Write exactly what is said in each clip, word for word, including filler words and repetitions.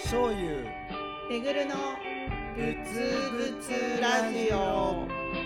醤油めぐるのぶつぶつラジオ。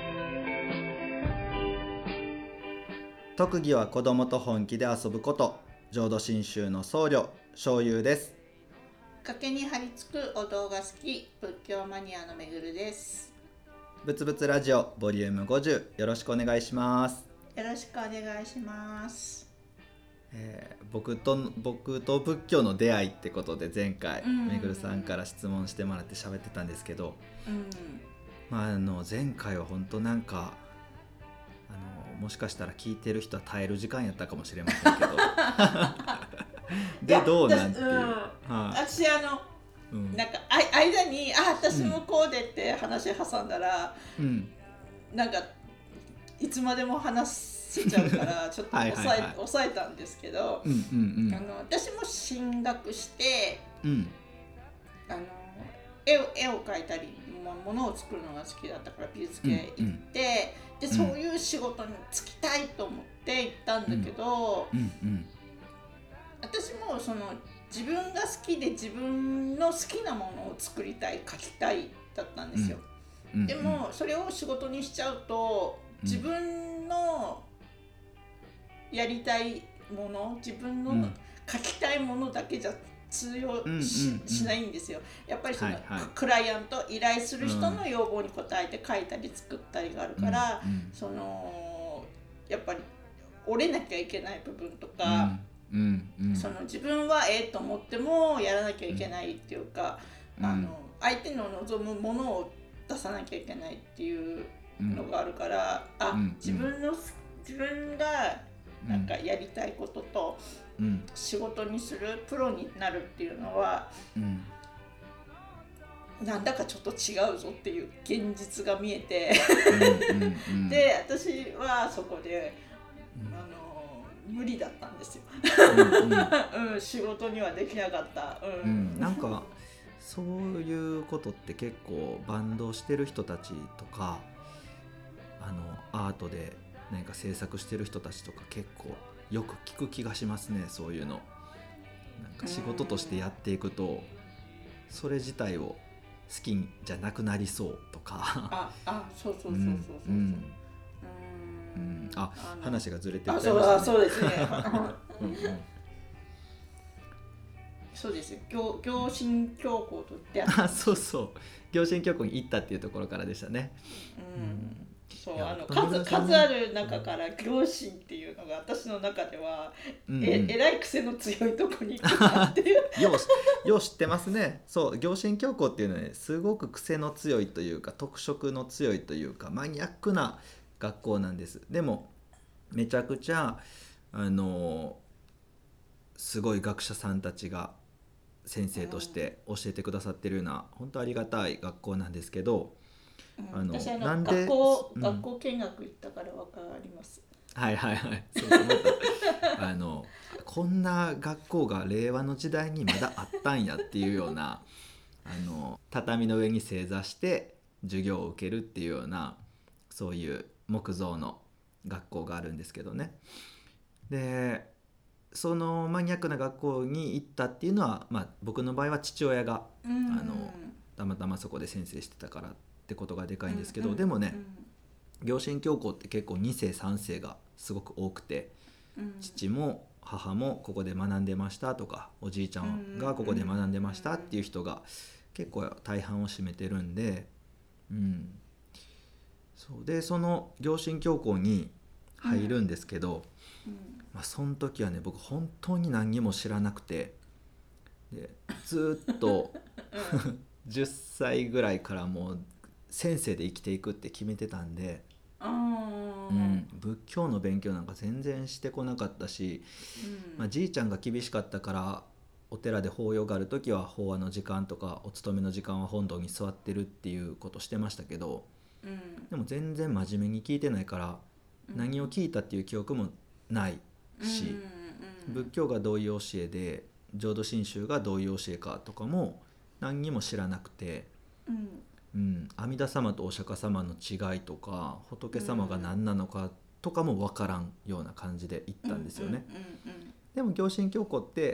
特技は子供と本気で遊ぶこと。浄土真宗の僧侶醤油です。 崖に張り付くお堂が好き、仏教マニアのめぐるです。 ぶつぶつラジオボリュームごじゅう、よろしくお願いします。 よろしくお願いします。 えー、僕と僕と仏教の出会いってことで前回、 うん、 めぐるさんから質問してもらって喋ってたんですけど、 うんまあ、あの前回は本当なんかあのもしかしたら聞いてる人は耐える時間やったかもしれませんけどでどうなんていう、うん、は私あの、うん、なんかあ間にあ私もこうでって話挟んだら、うん、なんかいつまでも話せちゃうからちょっと抑え、はいはいはい、抑えたんですけど、うんうんうん、あの私も進学して、うん、あの 絵, を絵を描いたり物を作るのが好きだったから美術系行って、うんうん、でそういう仕事に就きたいと思って行ったんだけど、うんうんうん、私もその自分が好きで自分の好きなものを作りたい描きたいだったんですよ、うんうん、でもそれを仕事にしちゃうと自分のやりたいもの、自分の描きたいものだけじゃ通用 し,、うんうんうん、しないんですよ。やっぱりその、はいはい、クライアント依頼する人の要望に応えて描いたり作ったりがあるから、うんうん、そのやっぱり折れなきゃいけない部分とか、うんうんうん、その自分はええと思ってもやらなきゃいけないっていうか、うん、あの相手の望むものを出さなきゃいけないっていうのがあるから、うん、あ、うん、自分の自分がなんかやりたいことと仕事にするプロになるっていうのは、うん、なんだかちょっと違うぞっていう現実が見えてうんうん、うん、で私はそこで、うん、あの無理だったんですよ、うんうんうん、仕事にはできなかった、うんうん、 なんかそういうことって結構バンドしてる人たちとかあのアートで何か制作してる人たちとか結構よく聞く気がしますね。そういうのなんか仕事としてやっていくとそれ自体を好きじゃなくなりそうとかああそうそうそうそうそう、うんうんうん、ああ話がずれてっちゃいましたね。あそうですねうん、うん、 そうですよ。行行信教皇と出会った。 あそうそう行信教皇に行ったっていうところからでしたね。 うん、うんそうあの 数, 数ある中から行信っていうのが私の中では、うんうん、え, えらい癖の強いとこに行くなっていうよう、よう知ってますね。そう行信教皇っていうのは、ね、すごく癖の強いというか特色の強いというかマニアックな学校なんです。でもめちゃくちゃあのすごい学者さんたちが先生として教えてくださってるような、うん、本当ありがたい学校なんですけど、 うん、あの私あのなんで学校、うん、学校見学行ったから分かります。 はいはいはいそうそうまたあのこんな学校が令和の時代にまだあったんやっていうようなあの畳の上に正座して授業を受けるっていうようなそういう木造の学校があるんですけどね。でそのマニアックな学校に行ったっていうのは、まあ、僕の場合は父親があのたまたまそこで先生してたからってことがでかいんですけど、うんうん、でもね、うん、行信教皇って結構に世さん世がすごく多くて、うん、父も母もここで学んでましたとかおじいちゃんがここで学んでましたっていう人が結構大半を占めてるんで、うん、そうでその行信教皇に入るんですけど、うんうんまあ、その時はね僕本当に何にも知らなくてでずっとじゅっさいぐらいからもう先生で生きていくって決めてたんで、うん、仏教の勉強なんか全然してこなかったし、うんまあ、じいちゃんが厳しかったからお寺で法要がある時は法話の時間とかお勤めの時間は本堂に座ってるっていうことしてましたけど、うん、でも全然真面目に聞いてないから何を聞いたっていう記憶もないし、うんうん、仏教がどういう教えで浄土真宗がどういう教えかとかも何にも知らなくて、うんうん、阿弥陀様とお釈迦様の違いとか仏様が何なのかとかも分からんような感じで行ったんですよね、うんうんうんうん、でも行信教皇って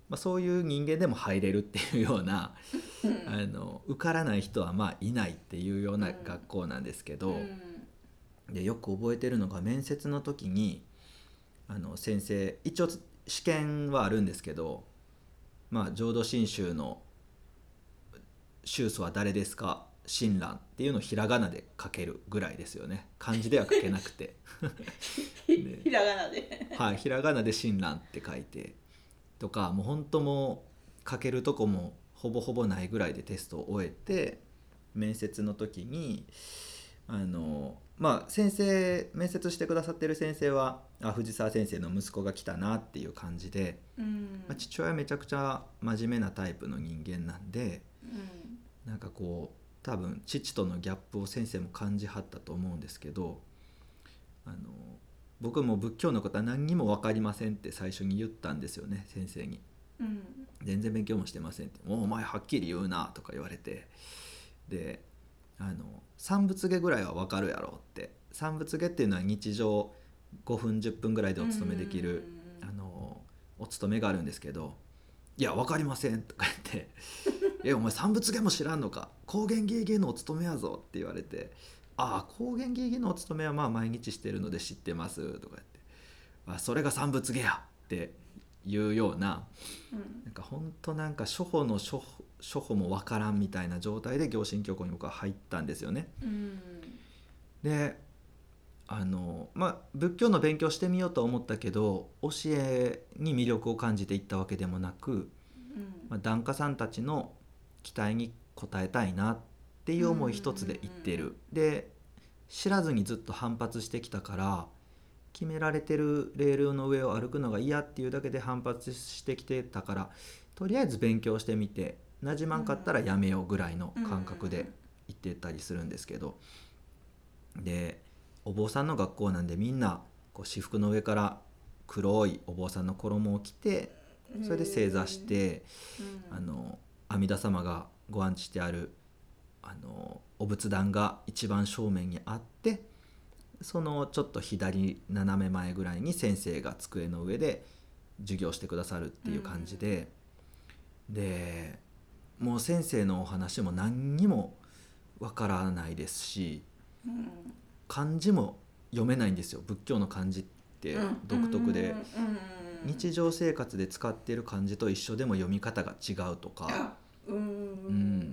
まあ、そういう人間でも入れるっていうようなあの受からない人はまあいないっていうような学校なんですけど、でよく覚えてるのが面接の時にあの先生一応試験はあるんですけど、まあ、浄土真宗の宗祖は誰ですか親鸞っていうのをひらがなで書けるぐらいですよね。漢字では書けなくてひらがなではい、ひらがなで親鸞って書いてとか、もう本当もう書けるとこもほぼほぼないぐらいでテストを終えて、面接の時にあのまあ先生面接してくださってる先生はあ藤沢先生の息子が来たなっていう感じで、 うんまあ、父親はめちゃくちゃ真面目なタイプの人間なんで、 うん、 なんかこう多分父とのギャップを先生も感じはったと思うんですけど、あの僕も仏教のことは何にも分かりませんって最初に言ったんですよね、先生に。 うん、 全然勉強もしてませんって、おお前はっきり言うなとか言われて、であの三仏下ぐらいは分かるやろって、三仏下っていうのは日常ごふんじゅっぷんぐらいでお勤めできる、あのお勤めがあるんですけど、いや分かりませんとか言ってえお前三仏下も知らんのか、高原芸芸のお勤めやぞって言われて、ああ高原芸芸のお勤めはまあ毎日してるので知ってますとか言って、あそれが三仏下やっていうような、 うん、 なんか本当なんか初歩の初歩初歩もわからんみたいな状態で行信教校に僕は入ったんですよね。 うん、 であのまあ仏教の勉強してみようと思ったけど教えに魅力を感じていったわけでもなく、 うんまあ、檀家さんたちの期待に応えたいなっていう思い一つで言ってる。で知らずにずっと反発してきたから、決められてるレールの上を歩くのが嫌っていうだけで反発してきてたから、とりあえず勉強してみてなじまんかったらやめようぐらいの感覚で言ってたりするんですけど、でお坊さんの学校なんでみんなこう私服の上から黒いお坊さんの衣を着て、それで正座して、あの阿弥陀様がご安置してあるあのお仏壇が一番正面にあって、そのちょっと左斜め前ぐらいに先生が机の上で授業してくださるっていう感じで、でもう先生のお話も何にもわからないですし、漢字も読めないんですよ。仏教の漢字って独特で、日常生活で使っている漢字と一緒でも読み方が違うとか、うん、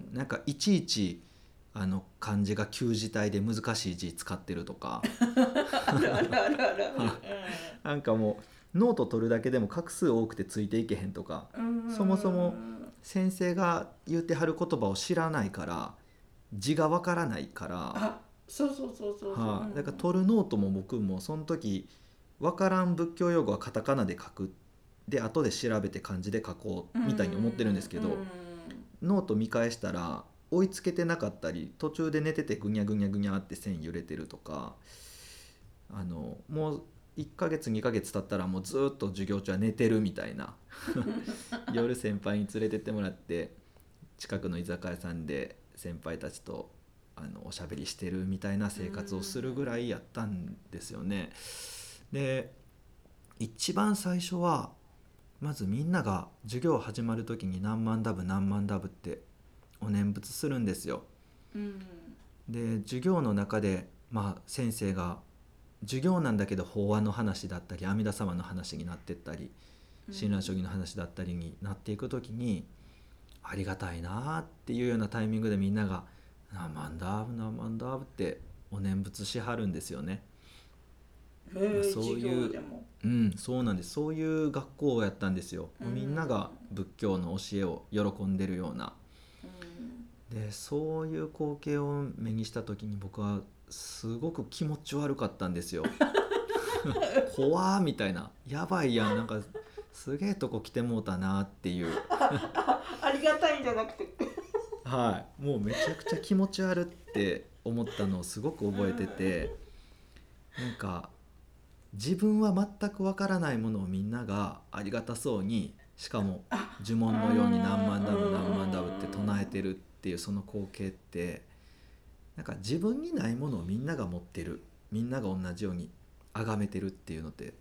なんかいちいちあの漢字が旧字体で難しい字使ってるとかあるあるあるあるなんかもうノート取るだけでも画数多くてついていけへんとか、そもそも先生が言ってはる言葉を知らないから字がわからないから、 あそうそうそうそうそう、 はあ、だから取るノートも僕もその時わからん仏教用語はカタカナで書く、で後で調べて漢字で書こうみたいに思ってるんですけど、ノート見返したら追いつけてなかったり、途中で寝ててぐにゃぐにゃぐにゃって線揺れてるとか、あのもういっかげつにかげつ経ったらもうずっと授業中は寝てるみたいな夜先輩に連れてってもらって近くの居酒屋さんで先輩たちとあのおしゃべりしてるみたいな生活をするぐらいやったんですよね。で一番最初はまずみんなが授業始まる時に何万ダブ何万ダブってお念仏するんですよ。 うん、 で授業の中で、まあ、先生が授業なんだけど法話の話だったり阿弥陀様の話になってったり親鸞聖義の話だったりになっていく時に、ありがたいなっていうようなタイミングでみんなが何万ダブ何万ダブってお念仏しはるんですよね。そういう、うん、そうなんです。そういう学校やったんですよ。みんなが仏教の教えを喜んでるような。でそういう光景を目にした時に僕はすごく気持ち悪かったんですよ怖ーみたいな、やばいやん、なんかすげえとこ来てもうたなっていうあ, ありがたいんじゃなくてはいもうめちゃくちゃ気持ち悪って思ったのをすごく覚えてて、なんか自分は全くわからないものをみんながありがたそうに、しかも呪文のように何万ダブ何万ダブって唱えてるっていうその光景って、なんか自分にないものをみんなが持ってる、みんなが同じように崇めてるっていうのって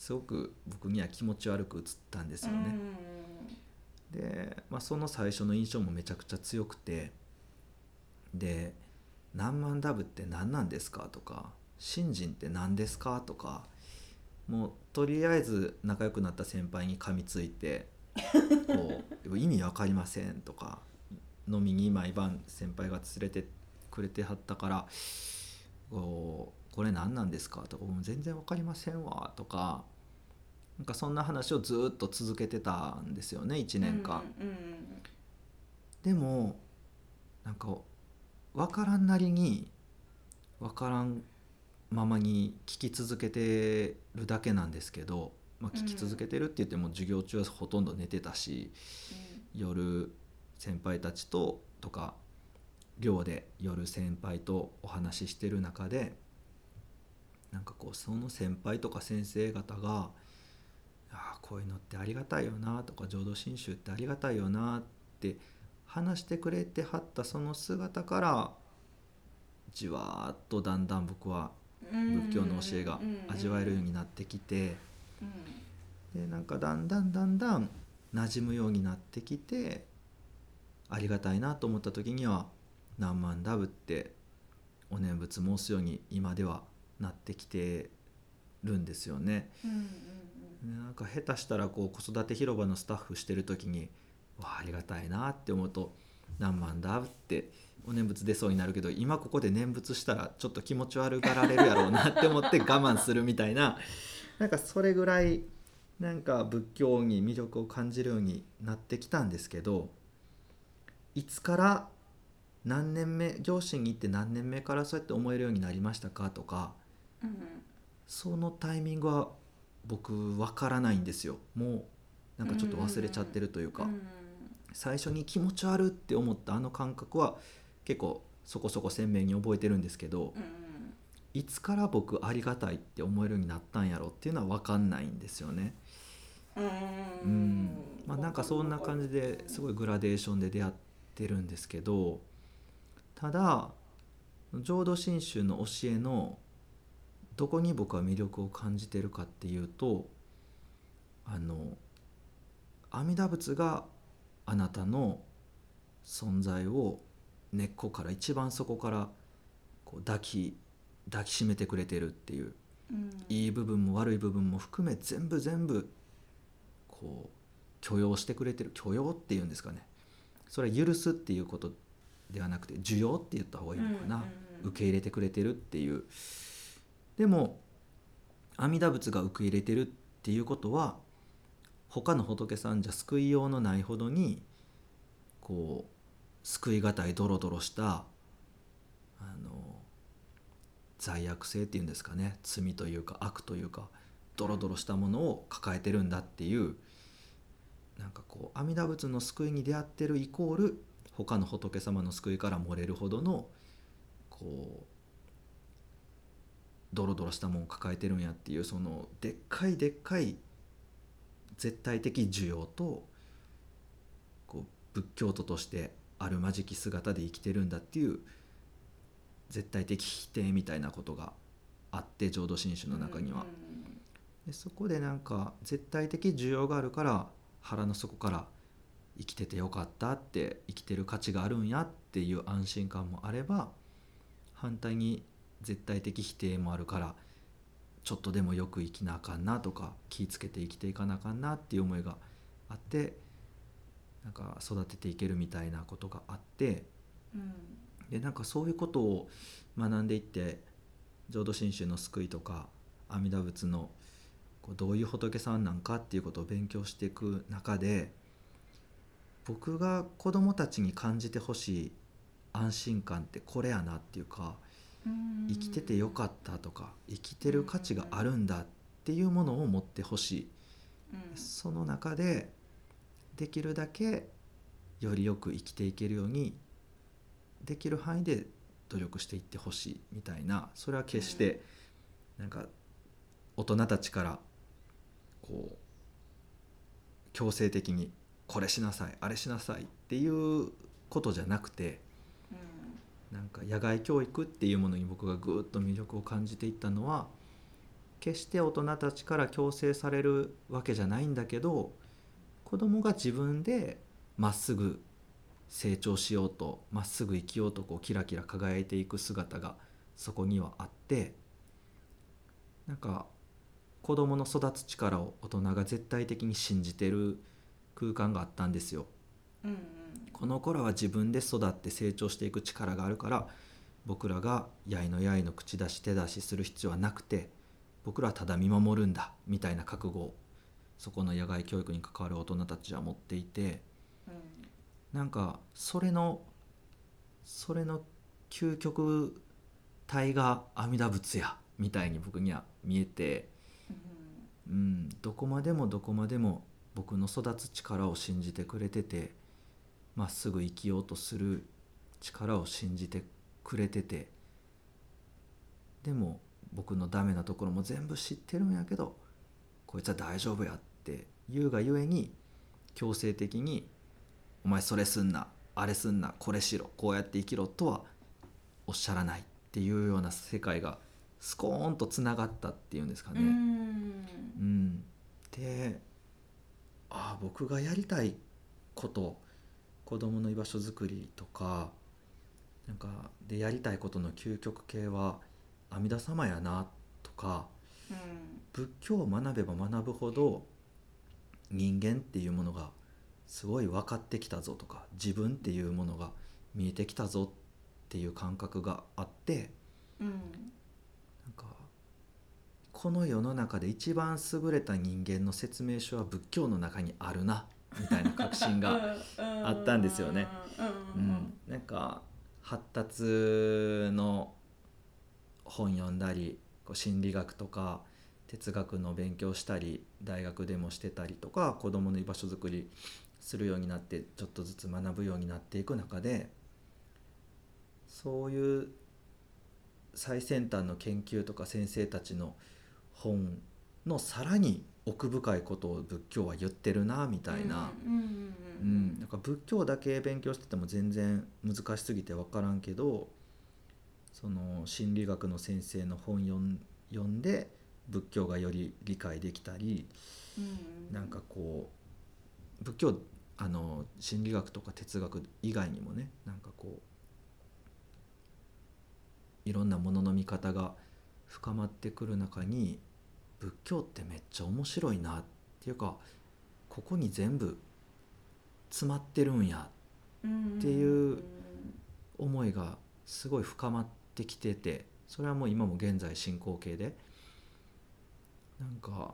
すごく僕には気持ち悪く映ったんですよね。で、まあ、その最初の印象もめちゃくちゃ強くて、で何万ダブって何なんですかとか、信心って何ですかとか、もうとりあえず仲良くなった先輩に噛みついてこう意味わかりませんとか、飲みに毎晩先輩が連れてくれてはったからこうこれ何なんですかとか、もう全然わかりませんわとか、なんかそんな話をずっと続けてたんですよね、いちねんかん、うんうん、でもなんか分からんなりに分からんままに聞き続けてるだけなんですけど、まあ、聞き続けてるって言っても授業中はほとんど寝てたし、うん、夜先輩たちととか寮で夜先輩とお話ししてる中で、なんかこうその先輩とか先生方があこういうのってありがたいよなとか、浄土真宗ってありがたいよなって話してくれてはったその姿から、じわーっとだんだん僕は仏教の教えが味わえるようになってきて、でなんかだんだんだんだん馴染むようになってきて、ありがたいなと思った時には何万ダブってお念仏申すように今ではなってきてるんですよね。うんうんうん、なんか下手したらこう子育て広場のスタッフしてる時にわあ、ありがたいなって思うと何万ダブってお念仏出そうになるけど、今ここで念仏したらちょっと気持ち悪がられるやろうなって思って我慢するみたいな、なんかそれぐらいなんか仏教に魅力を感じるようになってきたんですけど、いつから何年目、両親に行って何年目からそうやって思えるようになりましたかとか、うん、そのタイミングは僕わからないんですよ。もうなんかちょっと忘れちゃってるというか、うんうん、最初に気持ち悪って思ったあの感覚は結構そこそこ鮮明に覚えてるんですけど、うん、いつから僕ありがたいって思えるようになったんやろっていうのは分かんないんですよね。うん、うん、まあなんかそんな感じですごいグラデーションで出会ってるんですけど、ただ浄土真宗の教えのどこに僕は魅力を感じてるかっていうと、あの阿弥陀仏があなたの存在を根っこから一番そこからこう抱き抱きしめてくれてるっていう、うん、いい部分も悪い部分も含め全部全部こう許容してくれてる、許容っていうんですかね、それは許すっていうことではなくて受容って言った方がいいのかな、うんうんうん、受け入れてくれてるっていう。でも阿弥陀仏が受け入れてるっていうことは他の仏さんじゃ救いようのないほどにこう救いがたいドロドロしたあの罪悪性っていうんですかね、罪というか悪というかドロドロしたものを抱えてるんだっていう、なんかこう阿弥陀仏の救いに出会ってるイコール他の仏様の救いから漏れるほどのこうドロドロしたものを抱えてるんやっていう、そのでっかいでっかい絶対的需要とこう仏教徒としてあるまじき姿で生きてるんだっていう絶対的否定みたいなことがあって、浄土真宗の中には、でそこでなんか絶対的需要があるから腹の底から生きててよかったって、生きてる価値があるんやっていう安心感もあれば、反対に絶対的否定もあるからちょっとでもよく生きなあかんなとか気ぃつけて生きていかなあかんなっていう思いがあって、なんか育てていけるみたいなことがあって、うん、でなんかそういうことを学んでいって、浄土真宗の救いとか阿弥陀仏のこうどういう仏さんなんかっていうことを勉強していく中で、僕が子どもたちに感じてほしい安心感ってこれやなっていうか、生きててよかったとか生きてる価値があるんだっていうものを持ってほしい、うん、その中でできるだけよりよく生きていけるようにできる範囲で努力していってほしいみたいな、それは決してなんか大人たちからこう強制的にこれしなさいあれしなさいっていうことじゃなくて、なんか野外教育っていうものに僕がぐーっと魅力を感じていったのは、 決して大人たちから強制されるわけじゃないんだけど、子供が自分でまっすぐ成長しようとまっすぐ生きようとこうキラキラ輝いていく姿がそこにはあって、なんか子供の育つ力を大人が絶対的に信じてる空間があったんですよ、うんうん、この子らは自分で育って成長していく力があるから、僕らがやいのやいの口出し手出しする必要はなくて、僕らはただ見守るんだみたいな覚悟をそこの野外教育に関わる大人たちは持っていて、うん、なんかそれのそれの究極体が阿弥陀仏やみたいに僕には見えて、うんうん、どこまでもどこまでも僕の育つ力を信じてくれてて、まっすぐ生きようとする力を信じてくれてて、でも僕のダメなところも全部知ってるんやけど、こいつは大丈夫やって言うがゆえに強制的にお前それすんなあれすんなこれしろこうやって生きろとはおっしゃらないっていうような世界がスコーンとつながったっていうんですかね。うん、うん、で、ああ僕がやりたいこと、子どもの居場所づくりとかなんかでやりたいことの究極系は阿弥陀様やなとか、うん、仏教を学べば学ぶほど人間っていうものがすごい分かってきたぞとか、自分っていうものが見えてきたぞっていう感覚があって、うん、なんかこの世の中で一番優れた人間の説明書は仏教の中にあるなみたいな確信があったんですよね。うん、なんか発達の本読んだり、こう心理学とか哲学の勉強したり大学でもしてたりとか、子どもの居場所づくりするようになってちょっとずつ学ぶようになっていく中で、そういう最先端の研究とか先生たちの本のさらに奥深いことを仏教は言ってるなみたいな、なんか仏教だけ勉強してても全然難しすぎて分からんけど、その心理学の先生の本読ん、読んで仏教がより理解できたり、うん、なんかこう仏教あの心理学とか哲学以外にもね、なんかこういろんなものの見方が深まってくる中に、仏教ってめっちゃ面白いなっていうか、ここに全部詰まってるんやっていう思いがすごい深まってきてて、それはもう今も現在進行形で、なんか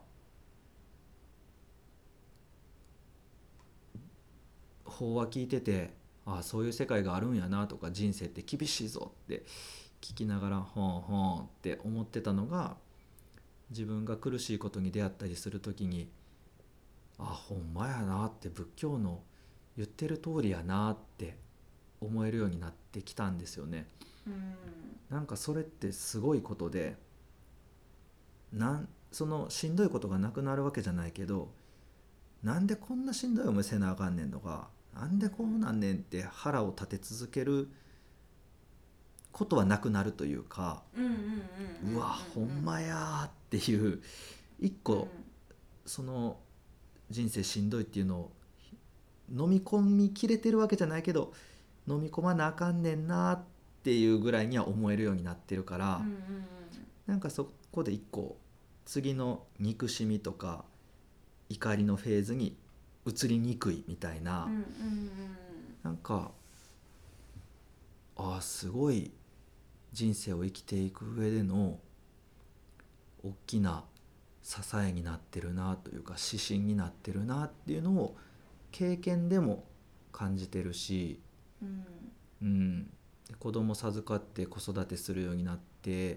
法話聞いてて、ああそういう世界があるんやなとか、人生って厳しいぞって聞きながらほんほんって思ってたのが、自分が苦しいことに出会ったりするときに、あほんまやなって、仏教の言ってる通りやなって思えるようになってきたんですよね。うん、なんかそれってすごいことで、なんそのしんどいことがなくなるわけじゃないけど、なんでこんなしんどい思いせなあかんねんとか、なんでこうなんねんって腹を立て続けることはなくなるというか、うわほんまやっていう一個、うん、その人生しんどいっていうのを飲み込みきれてるわけじゃないけど、飲み込まなあかんねんなっていうぐらいには思えるようになってるから、うんうんうん、なんかそこで一個次の憎しみとか怒りのフェーズに移りにくいみたいな、うんうんうん、なんかああすごい人生を生きていく上での大きな支えになってるなというか、指針になってるなっていうのを経験でも感じてるし、うんうん、子供授かって子育てするようになって、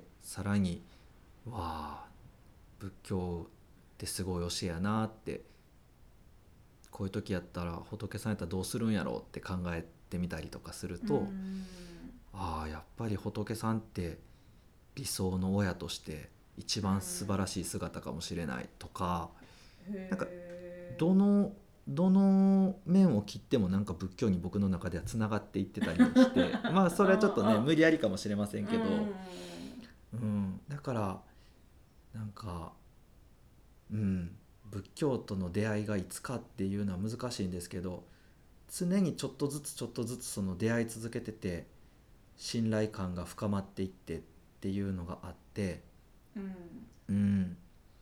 さらにわあ仏教ってすごい教えやなって、こういう時やったら仏さんやったらどうするんやろうって考えてみたりとかすると、うん、ああやっぱり仏さんって理想の親として一番素晴らしい姿かもしれないとか、うん、なんかどのどの面を切ってもなんか仏教に僕の中ではつながっていってたりもしてまあそれはちょっとね無理やりかもしれませんけど、うんうん、だからなんかうん仏教との出会いがいつかっていうのは難しいんですけど、常にちょっとずつちょっとずつその出会い続けてて信頼感が深まっていってっていうのがあって、 うんうん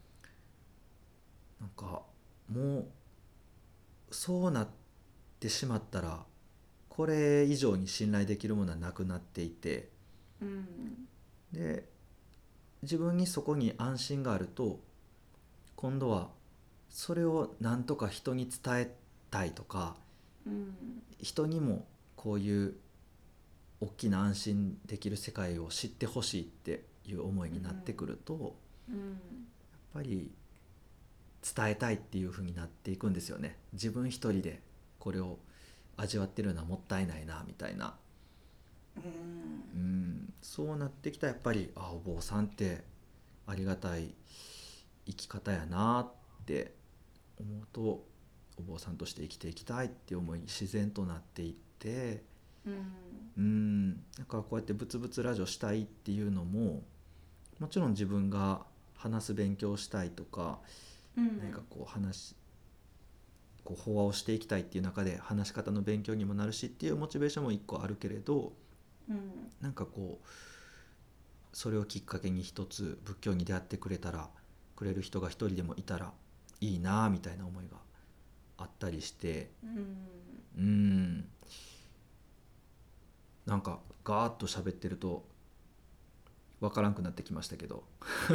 なんかもうそうなってしまったらこれ以上に信頼できるものはなくなっていて、 うんで自分にそこに安心があると今度はそれを何とか人に伝えたいとか、 うん、 人にもこういう大きな安心できる世界を知ってほしいっていう思いになってくると、 うんうん、 やっぱり伝えたいっていう風になっていくんですよね。自分一人でこれを味わってるのはもったいないなみたいな、 うんうん、そうなってきたらやっぱりあお坊さんってありがたい生き方やなって思うと、お坊さんとして生きていきたいっていう思いに自然となっていって、 うんうんだからこうやってブツブツラジオしたいっていうのももちろん自分が話す勉強したいとか、 うん、 何かこう話こう法話をしていきたいっていう中で話し方の勉強にもなるしっていうモチベーションも一個あるけれど、 うん、 なんかこうそれをきっかけに一つ仏教に出会ってくれたらくれる人が一人でもいたらいいなみたいな思いがあったりして、 うん、 うんなんかガーッと喋ってると分からんくなってきましたけど、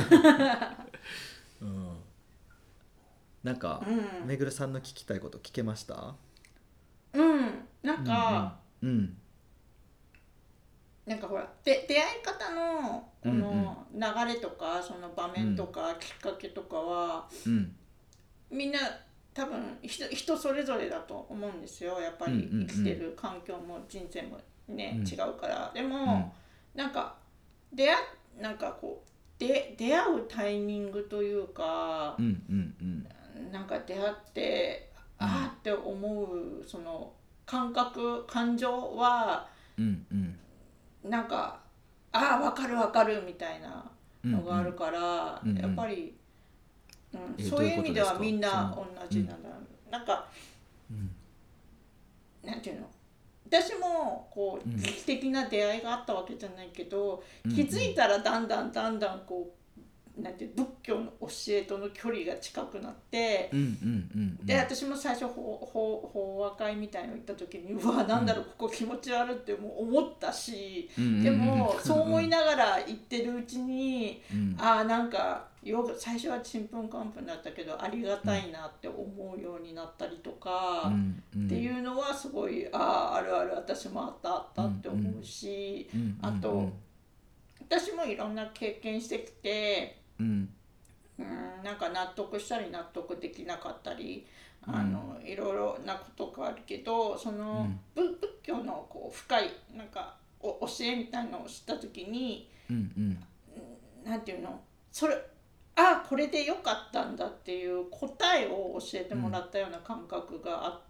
うん、なんか、 うん、 めぐるさんの聞きたいこと聞けました？ うん、なんか、 うんうんうんなんかほらで出会い方のこうんの流れとか、その場面とかきっかけとかは、 うんみんな多分人人それぞれだと思うんですよ。やっぱうんうんうんり生きてる環境も人生もね、 うん違うから。でも、 うんなんか出会なんかこうで出会うタイミングというか、 うんうんうんなんか出会ってああって思うその感覚感情はうんうんなんかああ分かる分かるみたいなうんのがあるから、 うんうんやっぱり、うん、 えそういう意味ではみんな同どういうことですか？ じなんだ、うん、なんかうんなんていうの、私もこううん劇的な出会いがあったわけじゃないけど、 うん気づいたらだんだんだんだんこうなんていう仏教の教えとの距離が近くなって、 うんうんうんうんで私も最初法法法話会みたいの行った時にうわなんだろう、ここ気持ち悪ってもう思ったし、 うんうんうんでもそう思いながら行ってるうちに、 うんああなんかよ最初はちんぷんかんぷんだったけどありがたいなって思うようになったりとか、 うんうんっていうのはすごいあああるある私もあったあったって思うし、 うんうんあと私もいろんな経験してきて、 うんうんなんか納得したり納得できなかったり、あのいろいろなことがあるけど、その、うん、仏教のこう深いなんかお教えみたいなのを知った時に、 うんうんなんていうのそれあこれでよかったんだっていう答えを教えてもらったような感覚があって、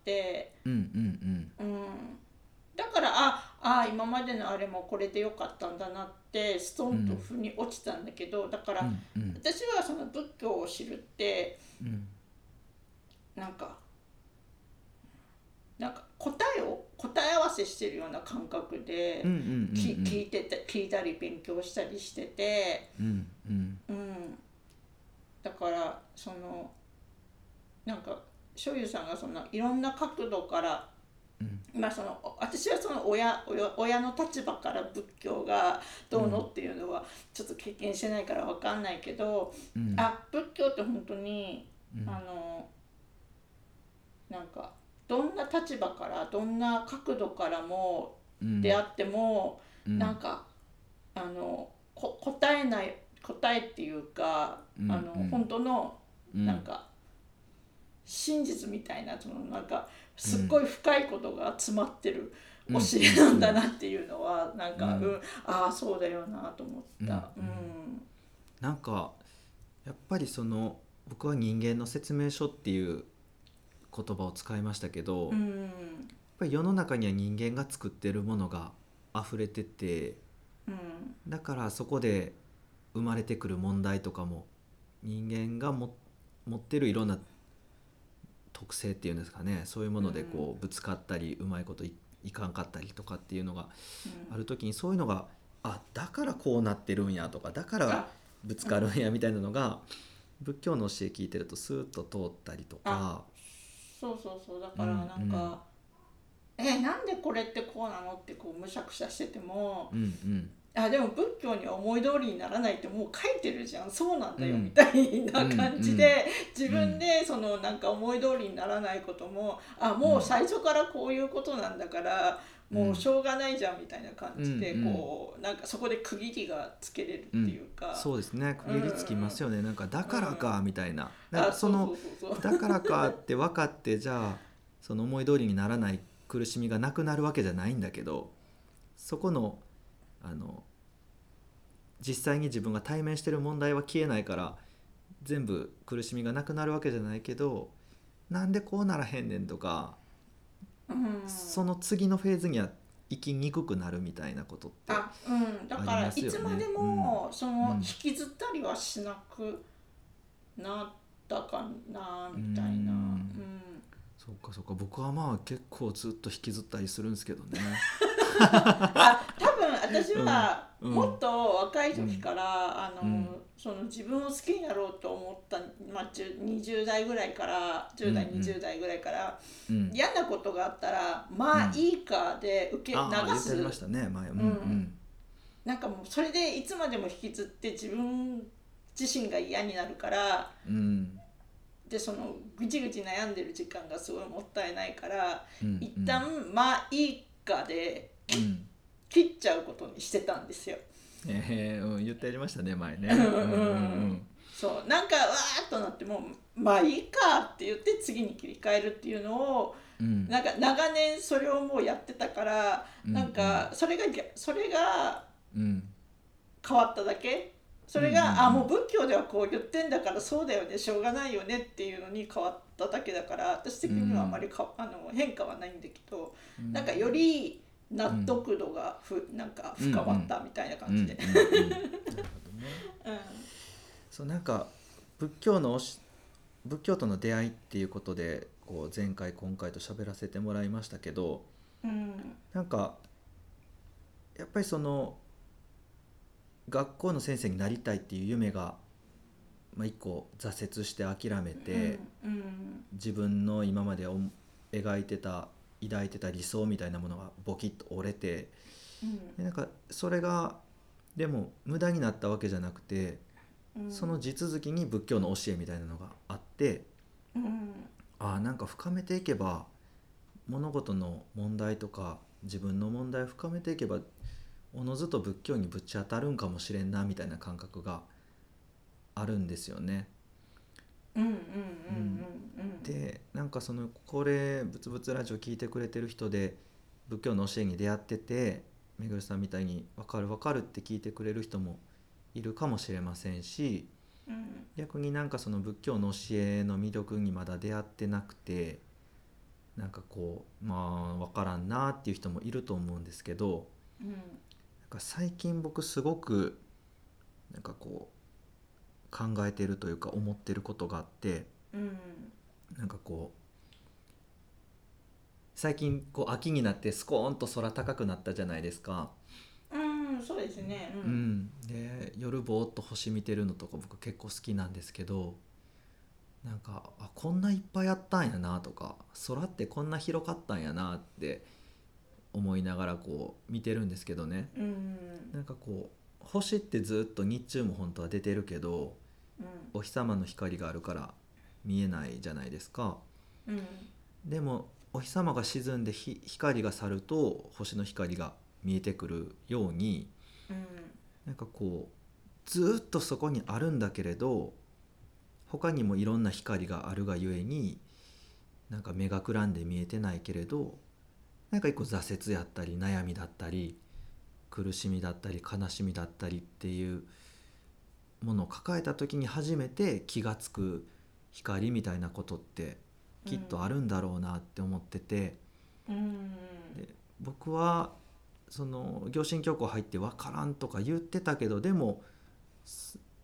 うんうんうん、だからああ今までのあれもこれでよかったんだなってストンと腑に落ちたんだけど、だから、 うんうん、 私はその仏教を知るって、 うん、 なんかなんか答えを答え合わせしてるような感覚で聞いてて聞いたり勉強したりしてて、 うんうんうん、だからそのなんか所有さんがそのいろんな角度からまあ、その私はその 親, 親, 親の立場から仏教がどうのっていうのはちょっと経験してないから分かんないけど、うん、あ仏教って本当に、うん、あのなんかどんな立場からどんな角度からも出会っても、うん、なんかあのこ答えない答えっていうか、うん、あの、うん、本当のなんか真実みたいなそのなんかすっごい深いことが詰まってる教えなんだなっていうのはなんか、うんうん、ああそうだよなと思った、うんうん、 なんかやっぱりその僕は人間の説明書っていう言葉を使いましたけど、うん、やっぱり世の中には人間が作ってるものが溢れてて、うん、だからそこで生まれてくる問題とかも人間がも持ってるいろんな特性っていうんですかね、そういうものでこうぶつかったりうまいこといいかんかったりとかっていうのがある時に、そういうのがあだからこうなってるんやとか、だからぶつかるんやみたいなのが仏教の教え聞いてるとスーッと通ったりとか。 そうそうそう、だからなんか、うんうん、えなんでこれってこうなのってこうむしゃくしゃしてても、うんうん、あでも仏教には思い通りにならないってもう書いてるじゃん、そうなんだよ、うん、みたいな感じで、うんうん、自分でそのなんか思い通りにならないことも、あもう最初からこういうことなんだから、うん、もうしょうがないじゃんみたいな感じで、うんうん、こうなんかそこで区切りがつけれるっていうか、 うん、そうですね、区切りつきますよね、うん、なんかだからかみたいな、うん、なんかそのだからかって分かってじゃあその思い通りにならない苦しみがなくなるわけじゃないんだけど、そこのあの実際に自分が対面してる問題は消えないから全部苦しみがなくなるわけじゃないけど、なんでこうならへんねんとか、うん、その次のフェーズには生きにくくなるみたいなことってありますよね。 うん、だからいつまでも、うん、その引きずったりはしなくなったかなみたいな、うん、うん、 そうかそうか、僕はまあ結構ずっと引きずったりするんですけどねあ多分私はもっと若い時から、うん、あの、うん、その自分を好きになろうと思った、まあ、にじゅう代ぐらいからじゅう代、うんうん、にじゅう代ぐらいから、うん、嫌なことがあったらまあいいかで受け流す、あ言ってましたね前、うんうん、 なんかもうそれでいつまでも引きずって自分自身が嫌になるから、うん、でそのぐちぐち悩んでる時間がすごいもったいないから、うん、一旦まあいいかで、うん、切っちゃうことにしてたんですよ。 えーうん、言ってありましたね前ね。 そうなんかわーっとなってもまあいいかって言って次に切り替えるっていうのを、うん、なんか長年それをもうやってたから、うん、なんかそれがそれが変わっただけ。それが、うんうんうん、あもう仏教ではこう言ってんだからそうだよねしょうがないよねっていうのに変わっただけだから、私的にはあまりか、うん、あの変化はないんだけど、うん、なんかより納得度がふ、うん、なんか深まったみたいな感じで。なるほどね。 そうなんか仏教の仏教との出会いっていうことでこう前回今回と喋らせてもらいましたけど、うん、なんかやっぱりその学校の先生になりたいっていう夢が、まあ、一個挫折して諦めて、うんうん、自分の今まで描いてた抱いてた理想みたいなものがボキッと折れて、うん、でなんかそれがでも無駄になったわけじゃなくて、うん、その地続きに仏教の教えみたいなのがあって、うん、あなんか深めていけば物事の問題とか自分の問題を深めていけばおのずと仏教にぶち当たるんかもしれんなみたいな感覚があるんですよね。でなんかそのこれぶつぶつラジオ聞いてくれてる人で仏教の教えに出会っててめぐるさんみたいに分かる分かるって聞いてくれる人もいるかもしれませんし、うん、逆になんかその仏教の教えの魅力にまだ出会ってなくてなんかこうまあ分からんなっていう人もいると思うんですけど、うん、なんか最近僕すごくなんかこう考えてるというか思ってることがあって、うん、なんかこう最近こう秋になってスコーンと空高くなったじゃないですか。 うんそうですね、うんうん、で夜ぼーっと星見てるのとか僕結構好きなんですけど、なんかあこんないっぱいあったんやなとか空ってこんな広かったんやなって思いながらこう見てるんですけどね、うん、なんかこう星ってずっと日中も本当は出てるけど、うん、お日様の光があるから見えないじゃないですか、うん、でもお日様が沈んでひ光が去ると星の光が見えてくるように、うん、なんかこうずっとそこにあるんだけれど他にもいろんな光があるがゆえになんか目がくらんで見えてないけれどなんか一個挫折やったり悩みだったり苦しみだったり悲しみだったりっていうものを抱えた時に初めて気がつく光みたいなことってきっとあるんだろうなって思ってて、うん、で僕はその行信教校入って分からんとか言ってたけどでも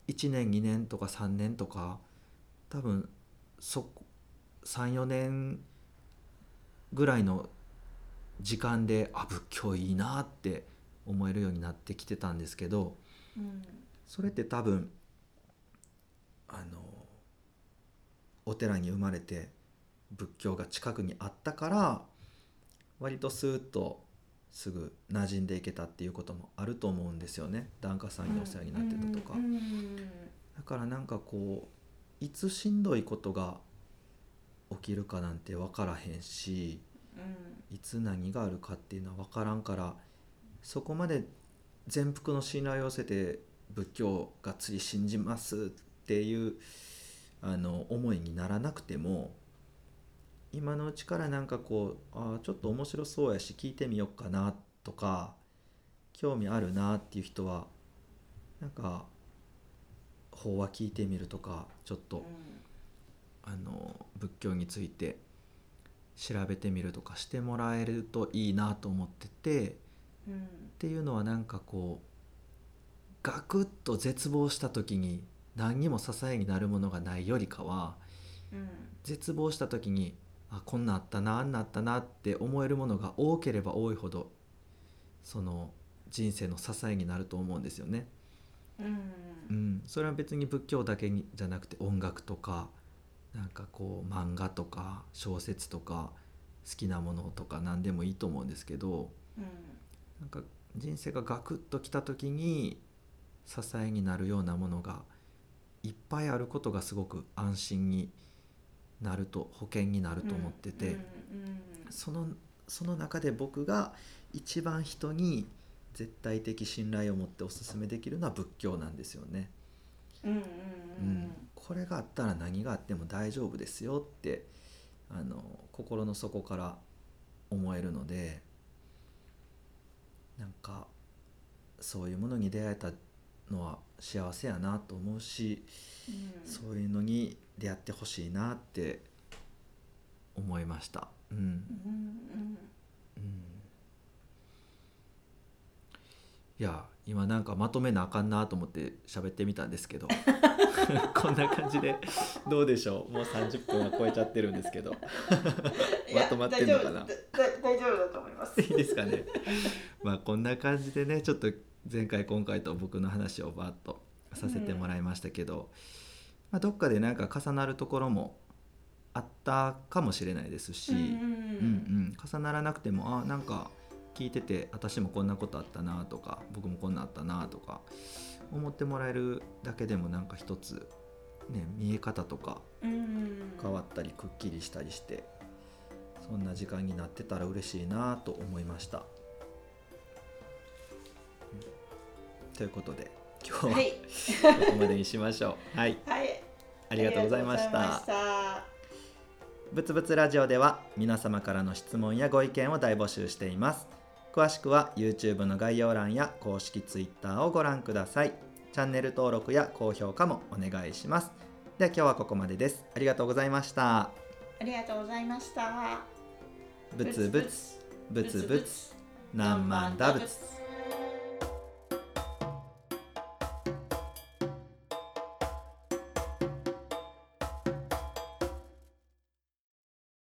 いちねんにねんとかさんねんとか多分そさんよねんぐらいの時間であ仏教いいなって思えるようになってきてたんですけど、 うん、 それって多分あのお寺に生まれて仏教が近くにあったから割とスーッとすぐ馴染んでいけたっていうこともあると思うんですよね。檀家さんにお世話になってたとか、 うんうんうん、 だからなんかこういつしんどいことが起きるかなんて分からへんし、 うん、 いつ何があるかっていうのは分からんから、そこまで全幅の信頼を寄せて仏教をがっつり信じますっていうあの思いにならなくても、今のうちからなんかこうあちょっと面白そうやし聞いてみようかなとか興味あるなっていう人はなんか法話聞いてみるとかちょっと、うん、あの仏教について調べてみるとかしてもらえるといいなと思ってて、うん、っていうのはなんかこうガクッと絶望した時に何にも支えになるものがないよりかは、うん、絶望した時にあこんなあったなあんなあったなって思えるものが多ければ多いほどその人生の支えになると思うんですよね、うんうん、それは別に仏教だけにじゃなくて音楽とかなんかこう漫画とか小説とか好きなものとか何でもいいと思うんですけど、うん、なんか人生がガクッときた時に支えになるようなものがいっぱいあることがすごく安心になると保険になると思ってて、うんうんうん、その、その中で僕が一番人に絶対的信頼を持っておすすめできるのは仏教なんですよね、うんうんうんうん、これがあったら何があっても大丈夫ですよってあの心の底から思えるので、なんかそういうものに出会えたのは幸せやなと思うし、うん、そういうのに出会ってほしいなって思いました、うんうんうんうん、いや今なんかまとめなあかんなと思って喋ってみたんですけどこんな感じでどうでしょう。もうさんじゅっぷんは超えちゃってるんですけどまとまってんのかな。 大丈夫だと思いますいいですかねまあこんな感じでねちょっと前回今回と僕の話をバーッとさせてもらいましたけど、うんまあ、どっかでなんか重なるところもあったかもしれないですし、うんうんうんうん、重ならなくてもあなんか聞いてて私もこんなことあったなとか僕もこんなあったなとか思ってもらえるだけでもなんか一つ、ね、見え方とか変わったりくっきりしたりしてそんな時間になってたら嬉しいなと思いました、うん、ということで今日は、はい、ここまでにしましょうはい、はい、ありがとうございましたぶつぶつラジオでは皆様からの質問やご意見を大募集しています。詳しくは YouTube の概要欄や公式 Twitter をご覧ください。チャンネル登録や高評価もお願いします。では今日はここまでです。ありがとうございました。 ありがとうございました。 ぶつぶつぶつぶつ何万打仏。